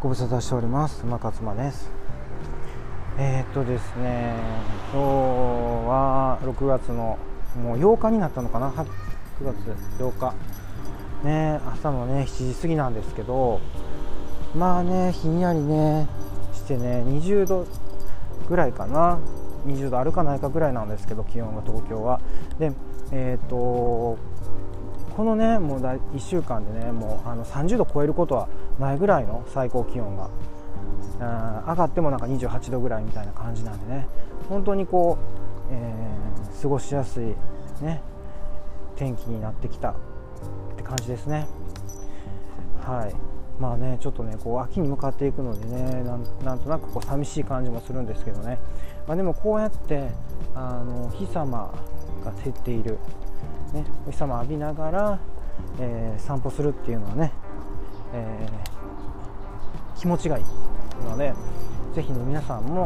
ご無沙汰しております。馬勝間です。ですね、今日は6月のもう8日になったのかな、9月8日ね、朝のね7時過ぎなんですけど、まあねひんやりねしてね、20度ぐらいかな、20度あるかないかぐらいなんですけど、気温が東京は。でこのねもう1週間でねもう30度超えることはないぐらいの最高気温が上がってもなんか28度ぐらいみたいな感じなんでね、本当にこう、過ごしやすいね天気になってきたって感じですね。はい、まあねちょっとねこう秋に向かっていくのでね、なんとなくこう寂しい感じもするんですけどね、まあ、でもこうやって日様が照っているね、お日様浴びながら、散歩するっていうのはね、気持ちがいいので、ぜひね皆さんも、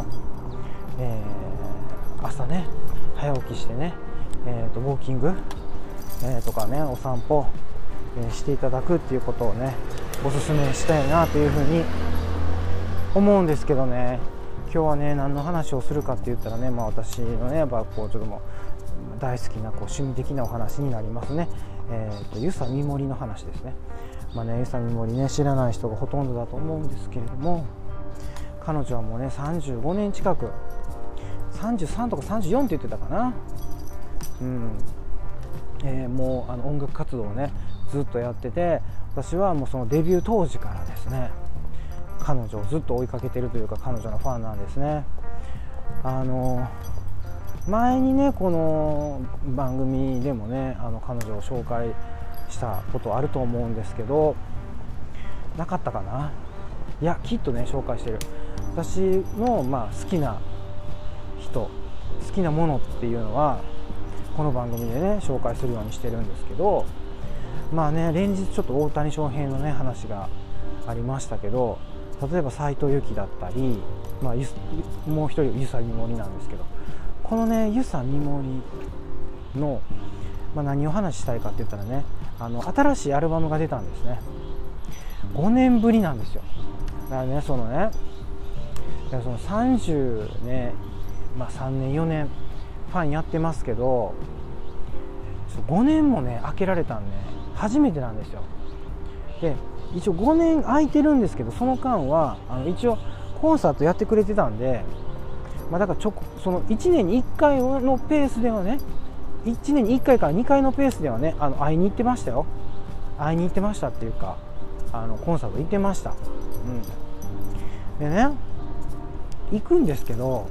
朝ね早起きしてね、ウォーキング、とかねお散歩、していただくっていうことをねおすすめしたいなというふうに思うんですけどね。今日はね何の話をするかって言ったらね、まあ、私のねやっぱこうちょっともう大好きなこう趣味的なお話になりますね。遊佐美森の話ですね。まあね、遊佐美森ね知らない人がほとんどだと思うんですけれども、彼女はもうね35年近く、33とか34って言ってたかな、もう音楽活動をねずっとやってて、私はもうそのデビュー当時からですね彼女をずっと追いかけてるというか、彼女のファンなんですね。前にねこの番組でもね彼女を紹介したことあると思うんですけど、なかったかな。いやきっとね紹介してる。私のまあ好きな人、好きなものっていうのはこの番組でね紹介するようにしてるんですけど、まあね連日ちょっと大谷翔平のね話がありましたけど、例えば斉藤由貴だったり、まあ、もう一人遊佐美森なんですけど、このね遊佐美森の、まあ、何を話したいかって言ったらね、新しいアルバムが出たんですね。5年ぶりなんですよ。だからねその30ね、まあ、3年4年ファンやってますけど、5年もね開けられたんね初めてなんですよ。で一応5年空いてるんですけど、その間は一応コンサートやってくれてたんで、まあ、だからその1年に1回のペースではね、1年に1回から2回のペースではね会いに行ってましたよ。会いに行ってましたっていうかコンサート行ってました。でね行くんですけど、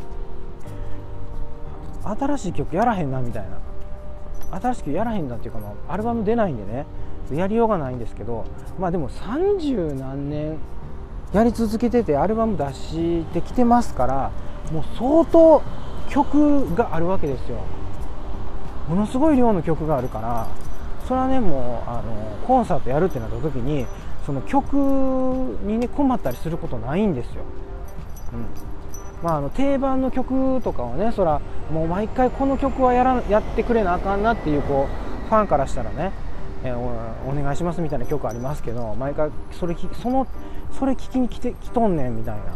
新しい曲やらへんなみたいな、新しい曲やらへんなっていうか、まあ、アルバム出ないんでねやりようがないんですけど、まあでも30何年やり続けててアルバム出してきてますから、もう相当曲があるわけですよ。ものすごい量の曲があるから、それはねもうコンサートやるってなった時にその曲にね困ったりすることないんですよ。まあ、定番の曲とかはね、そらもう毎回この曲はやってくれなあかんなっていうファンからしたらね、お願いしますみたいな曲ありますけど、毎回それ聞きに来とんねんみたい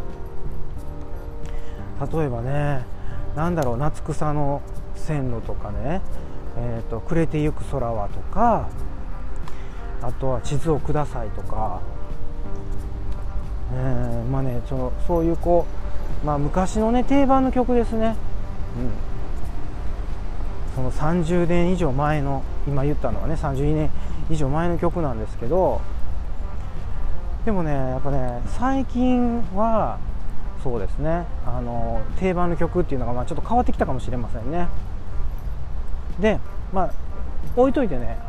な。例えばね、なんだろう、夏草の線路とかね、暮れてゆく空はとか、あとは地図をくださいとか、まあねそういうまあ、昔のね定番の曲ですね。その30年以上前の、今言ったのはね32年以上前の曲なんですけど、でもねやっぱね最近はそうですね定番の曲っていうのがまあちょっと変わってきたかもしれませんね。でまあ置いといてね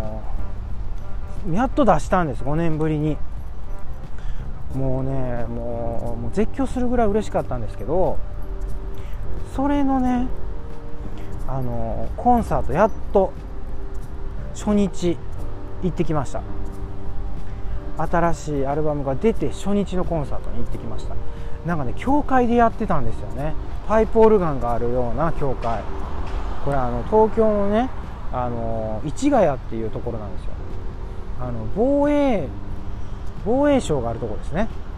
やっと出したんです、5年ぶりに。もうねもう絶叫するぐらい嬉しかったんですけど、それのねコンサートやっと初日行ってきました。新しいアルバムが出て初日のコンサートに行ってきました。なんかね教会でやってたんですよね。パイプオルガンがあるような教会、これ東京のね市ヶ谷っていうところなんですよ。防衛省があるところですね。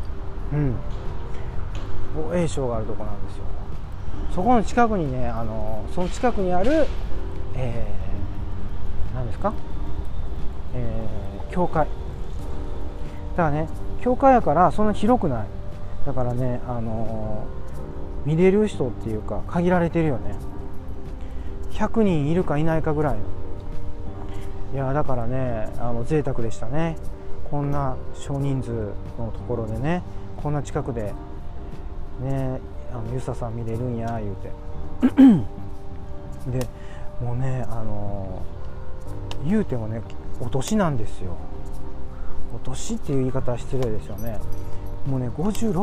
防衛省があるとこなんですよ。そこの近くにね、その近くにある、何ですか、教会だからね、教会やからそんな広くない。だからね、見れる人っていうか限られてるよね。100人いるかいないかぐらいの。いやだからね、贅沢でしたね。こんな少人数のところでね、こんな近くでね、ユサさん見れるんや言うてでもうね、言うてもね、お年なんですよ。お年っていう言い方は失礼ですよね。もうね、56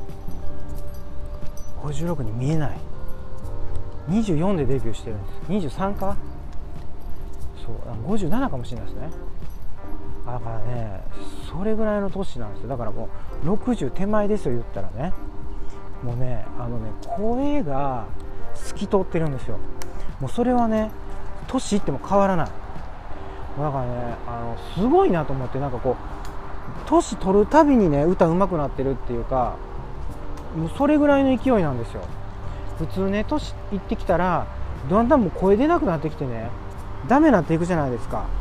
に見えない。24でデビューしてるんです。23か、そう57かもしれないですね。だからね、それぐらいの年なんですよ。だからもう60手前ですよ、言ったらね。もうね、声が透き通ってるんですよ。もうそれはね、年いっても変わらない。だからね、すごいなと思って、なんかこう年取るたびにね、歌上手くなってるっていうか、もうそれぐらいの勢いなんですよ。普通ね、年いってきたらだんだんもう声出なくなってきてね、ダメになっていくじゃないですか。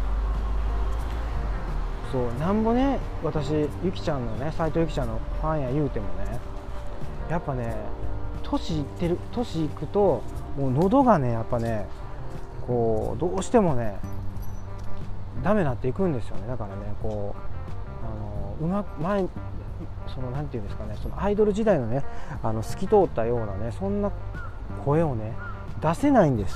そうなんぼね、私ゆきちゃんのね、斉藤ゆきちゃんのファンや言うてもね、やっぱね、年いくともう喉がね、やっぱね、こうどうしてもねダメになっていくんですよね。だからね、こう前そのなんていうんですかね、そのアイドル時代のね、透き通ったようなね、そんな声をね出せないんです。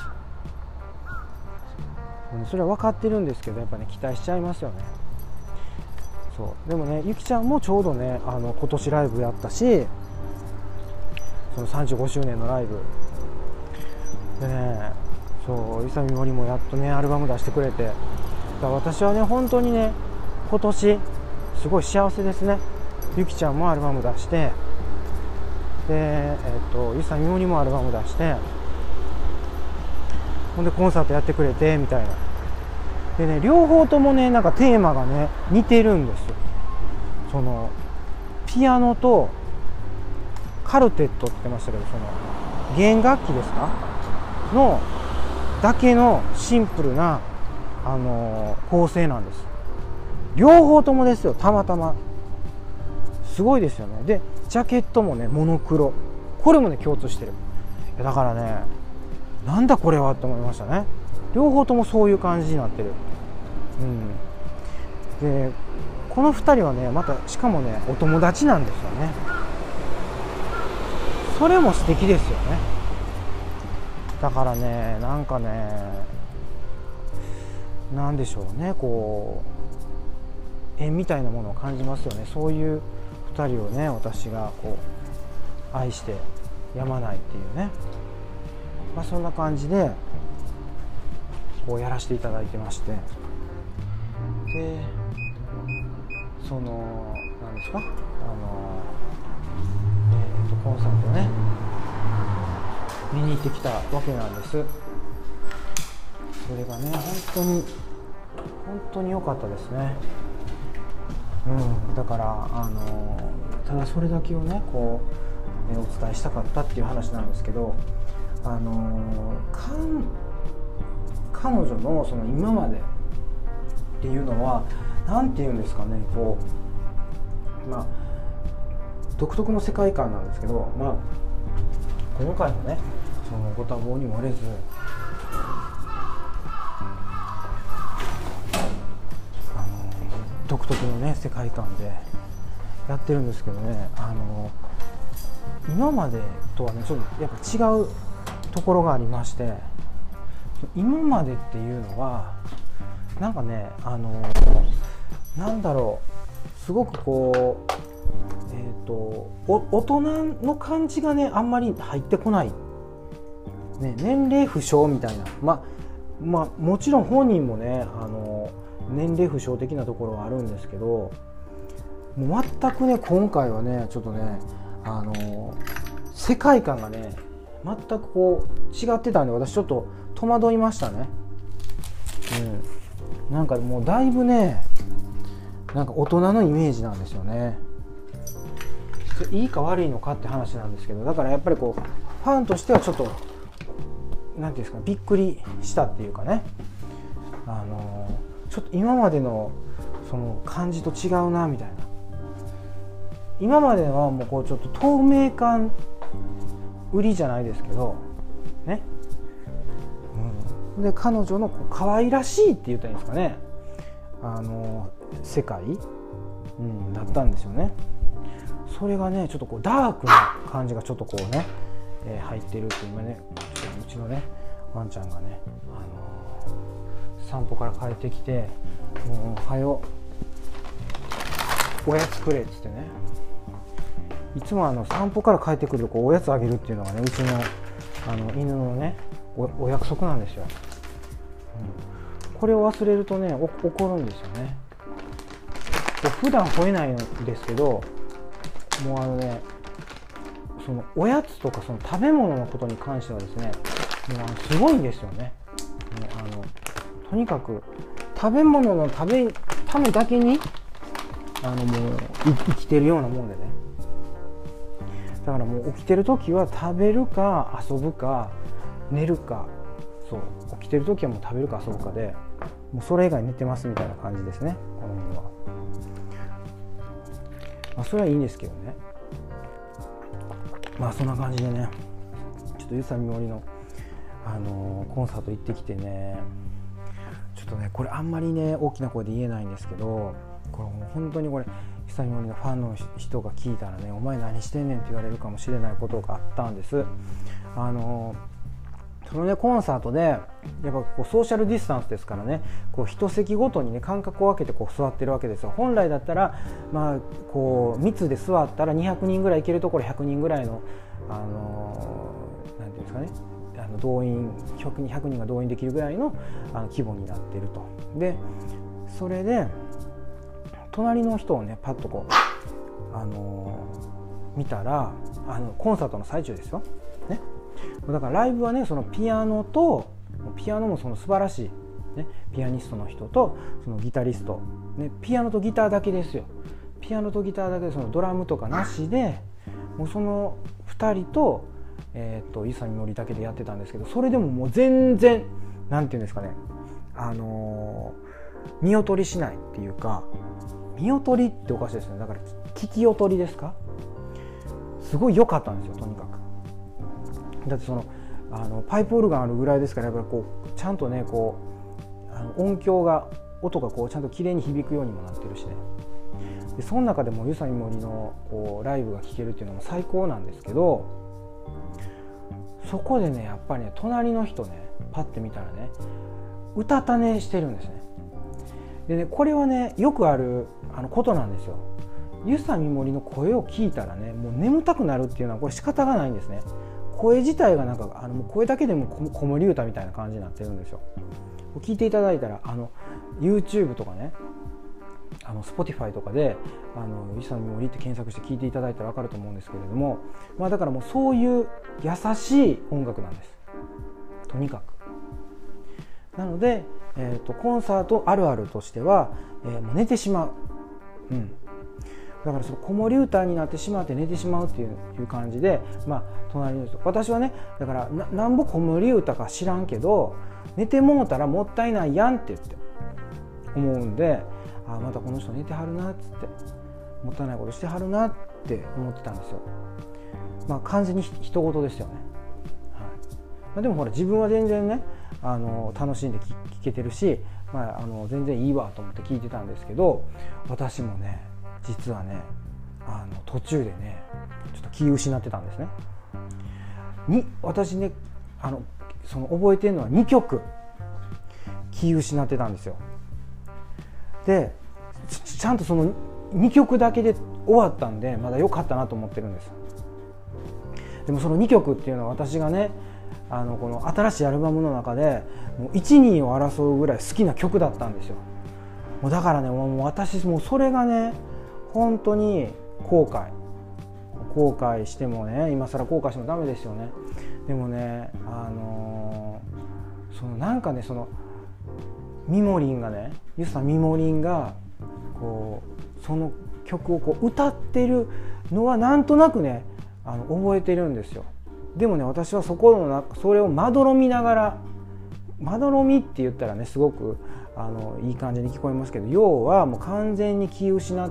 それは分かってるんですけど、やっぱね期待しちゃいますよね。そうでもね、ゆきちゃんもちょうどね、今年ライブやったし、その35周年のライブでね、そう勇美森もやっとねアルバム出してくれて、だから私はね本当にね、今年すごい幸せですね。ゆきちゃんもアルバム出して、で勇美森もアルバム出して、ほんでコンサートやってくれてみたいな。でね、両方ともね、なんかテーマがね似てるんですよ。そのピアノとカルテットって言ってましたけど、その弦楽器ですかのだけのシンプルな、構成なんです。両方ともですよ、たまたますごいですよね。でジャケットもねモノクロ、これもね共通してる。だからね、なんだこれはって思いましたね。両方ともそういう感じになってる。でこの2人はね、またしかもねお友達なんですよね。それも素敵ですよね。だからね、なんかね、なんでしょうね、こう縁みたいなものを感じますよね。そういう2人をね、私がこう愛してやまないっていうね、そんな感じでこうやらせていただいてまして、でそのなんですか、コンサートね見に行ってきたわけなんです。それがね本当に良かったですね。だからただそれだけをねこう、お伝えしたかったっていう話なんですけど、彼女のその今までっていうのはなんていうんですかね、こう独特の世界観なんですけど、今回もねそのご多忙に漏れず独特のね世界観でやってるんですけどね、今までとはねちょっとやっぱ違うところがありまして、今までっていうのはなんかねなんだろう、すごくこう大人の感じがねあんまり入ってこない、ね、年齢不詳みたいな、もちろん本人もね年齢不詳的なところはあるんですけど、もう全くね今回はねちょっとね世界観がね全くこう違ってたんで、私ちょっと戸惑いましたね。なんかもうだいぶねなんか大人のイメージなんですよね。 いいか悪いのかって話なんですけど、だからやっぱりこうファンとしてはちょっとなんていうんですか、びっくりしたっていうかね、ちょっと今までのその感じと違うなみたいな。今まではもうこうちょっと透明感売りじゃないですけどね、で彼女のこう可愛らしいって言ったらいいんですかね、世界、だったんですよね。それがねちょっとこうダークな感じがちょっとこうね、入ってるって今ね、ちょっとうちのねワンちゃんがね、散歩から帰ってきて、もうはよおやつくれっつってね、いつも散歩から帰ってくるとこうおやつあげるっていうのがね、うちの犬のね お約束なんですよ、これを忘れるとね怒るんですよね。普段吠えないんですけど、もうそのおやつとかその食べ物のことに関してはですね、もうすごいんですよね。とにかく食べ物のためだけにもう生きてるようなもんでね。だからもう起きてる時は食べるか遊ぶか寝るか、そう起きてる時はもう食べるか遊ぶかで、もうそれ以外寝てますみたいな感じですね、この犬は。それはいいんですけどね。そんな感じでね、ちょっとゆさみもりのコンサート行ってきてね、ちょっとねこれあんまりね大きな声で言えないんですけど、これもう本当にこれゆさみもりのファンの人が聞いたらね、お前何してんねんって言われるかもしれないことがあったんです。そのねコンサートでやっぱこうソーシャルディスタンスですからね、こう一席ごとにね間隔を空けてこう座ってるわけですよ。本来だったらこう密で座ったら200人ぐらい行けるところ100人ぐらいのなんていうんですかね、動員100人が動員できるぐらいの規模になっていると。でそれで隣の人をねパッとこう見たらコンサートの最中ですよ、ね、だからライブはねそのピアノもその素晴らしい、ね、ピアニストの人とそのギタリスト、ね、ピアノとギターだけですよ。ピアノとギターだけで、そのドラムとかなしでもうその2人とゆさみもりだけでやってたんですけど、それでももう全然なんていうんですかね、見劣りしないっていうか、見劣りっておかしいですね、だから聞き劣りですか、すごい良かったんですよ。とにかくだってそのパイプオルガンあるぐらいですから、やっぱりこうちゃんとねこう音がこうちゃんと綺麗に響くようにもなってるしね。でその中でもゆさみもりのこうライブが聴けるっていうのも最高なんですけど、そこでねやっぱりね隣の人ねパッて見たらねうたた寝してるんですね。でねこれはねよくあることなんですよ。ゆさみもりの声を聞いたらねもう眠たくなるっていうのはこれ仕方がないんですね。声自体がなんかもう声だけでも子守歌みたいな感じになってるんですよ。聞いていただいたらYouTube とかねSpotify とかでゆさみもりって検索して聞いていただいたら分かると思うんですけれども、だからもうそういう優しい音楽なんです、とにかく。なので、コンサートあるあるとしては、もう寝てしまう、だからその子守歌になってしまって寝てしまうっていう感じで、隣の人、私はねだからなんぼ子守歌か知らんけど寝てもうたらもったいないやんって言って思うんで、またこの人寝てはるなっつって、もったいないことしてはるなって思ってたんですよ。完全に人事ですよね、でもほら自分は全然ね楽しんで聴けてるし、全然いいわと思って聞いてたんですけど、私もね実はね途中でねちょっと気を失ってたんですね。私ねその覚えてるのは2曲気を失ってたんですよ。でちゃんとその2曲だけで終わったんでまだ良かったなと思ってるんです。でもその2曲っていうのは私がねこの新しいアルバムの中でもう1、2を争うぐらい好きな曲だったんですよ。もうだからねもう私もうそれがね本当に後悔してもね、今更後悔してもダメですよね。でもねなんかねみもりんがねゆさみもりんがこうその曲をこう歌ってるのはなんとなくね覚えてるんですよ。でもね私はそれをまどろみながら、まどろみって言ったらねすごくいい感じに聞こえますけど、要はもう完全に気を失って、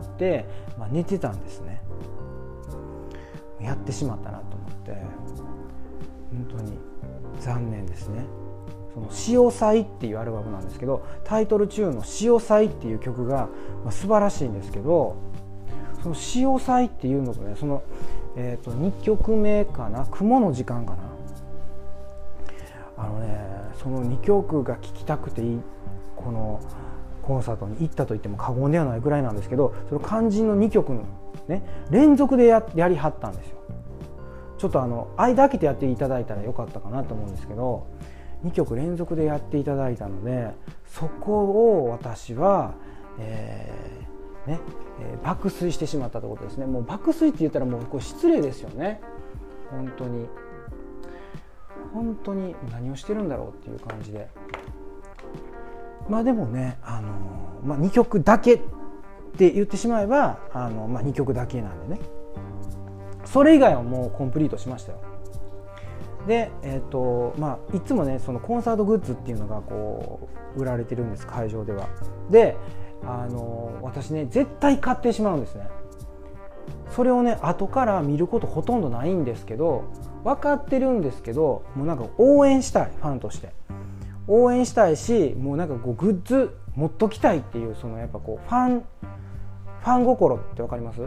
寝てたんですね。やってしまったなと思って本当に残念ですね。その潮祭っていうアルバムなんですけど、タイトル中の潮祭っていう曲が素晴らしいんですけど、その潮祭っていうのとね、その、2曲目かな、雲の時間かな、その2曲が聴きたくてこのコンサートに行ったと言っても過言ではないぐらいなんですけど、その肝心の2曲のね連続で やりはったんですよ。ちょっと間空けてやっていただいたらよかったかなと思うんですけど、2曲連続でやっていただいたので、そこを私は、爆睡してしまったということですね。もう爆睡って言ったらもうこれ失礼ですよね。本当に何をしてるんだろうっていう感じで、でもね、2曲だけって言ってしまえば2曲だけなんでね、それ以外はもうコンプリートしましたよ。で、いつもねそのコンサートグッズっていうのがこう売られてるんです、会場では。で私ね絶対買ってしまうんですね。それをね後から見ることほとんどないんですけど、分かってるんですけど、もうなんか応援したい、ファンとして応援したいし、もうなんかこうグッズ持っときたいっていう、そのやっぱこうファン心って分かります？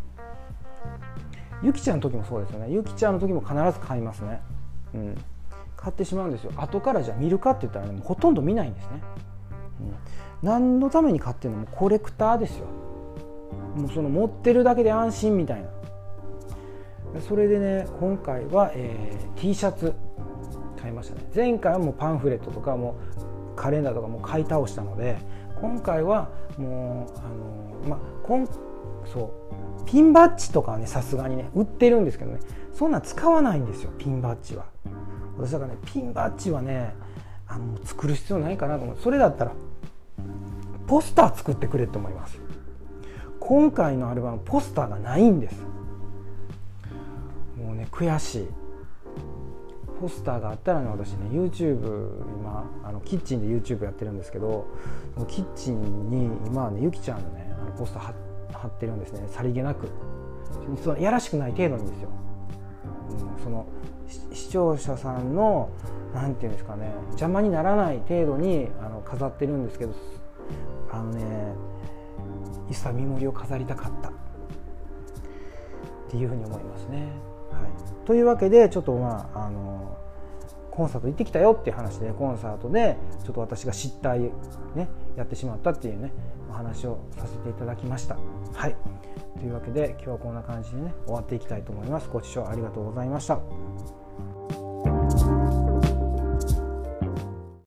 ゆきちゃんの時もそうですよね。ゆきちゃんの時も必ず買いますね。買ってしまうんですよ。後からじゃあ見るかって言ったらね、もうほとんど見ないんですね。何のために買ってるの？もコレクターですよ。もうその持ってるだけで安心みたいな。それでね今回は、T シャツ買いましたね。前回はもうパンフレットとかもうカレンダーとかもう買い倒したので、今回はもうそうピンバッジとかはねさすがにね売ってるんですけどね、そんな使わないんですよ、ピンバッジは。私だからねピンバッジはねもう作る必要ないかなと思う。それだったらポスター作ってくれと思います。今回のアルバムポスターがないんです。もうね悔しい。ポスターがあったらね、私ね YouTube 今キッチンで YouTube やってるんですけど、そのキッチンに今はねゆきちゃんのねポスター貼ってるんですね。さりげなく、そのやらしくない程度にですよ。その視聴者さんのなんていうんですかね、邪魔にならない程度に飾ってるんですけど、いさみもりを飾りたかったっていうふうに思いますね。というわけでちょっとコンサート行ってきたよっていう話で、コンサートでちょっと私が失態ねやってしまったっていうねお話をさせていただきました。はい、というわけで今日はこんな感じでね終わっていきたいと思います。ご視聴ありがとうございました。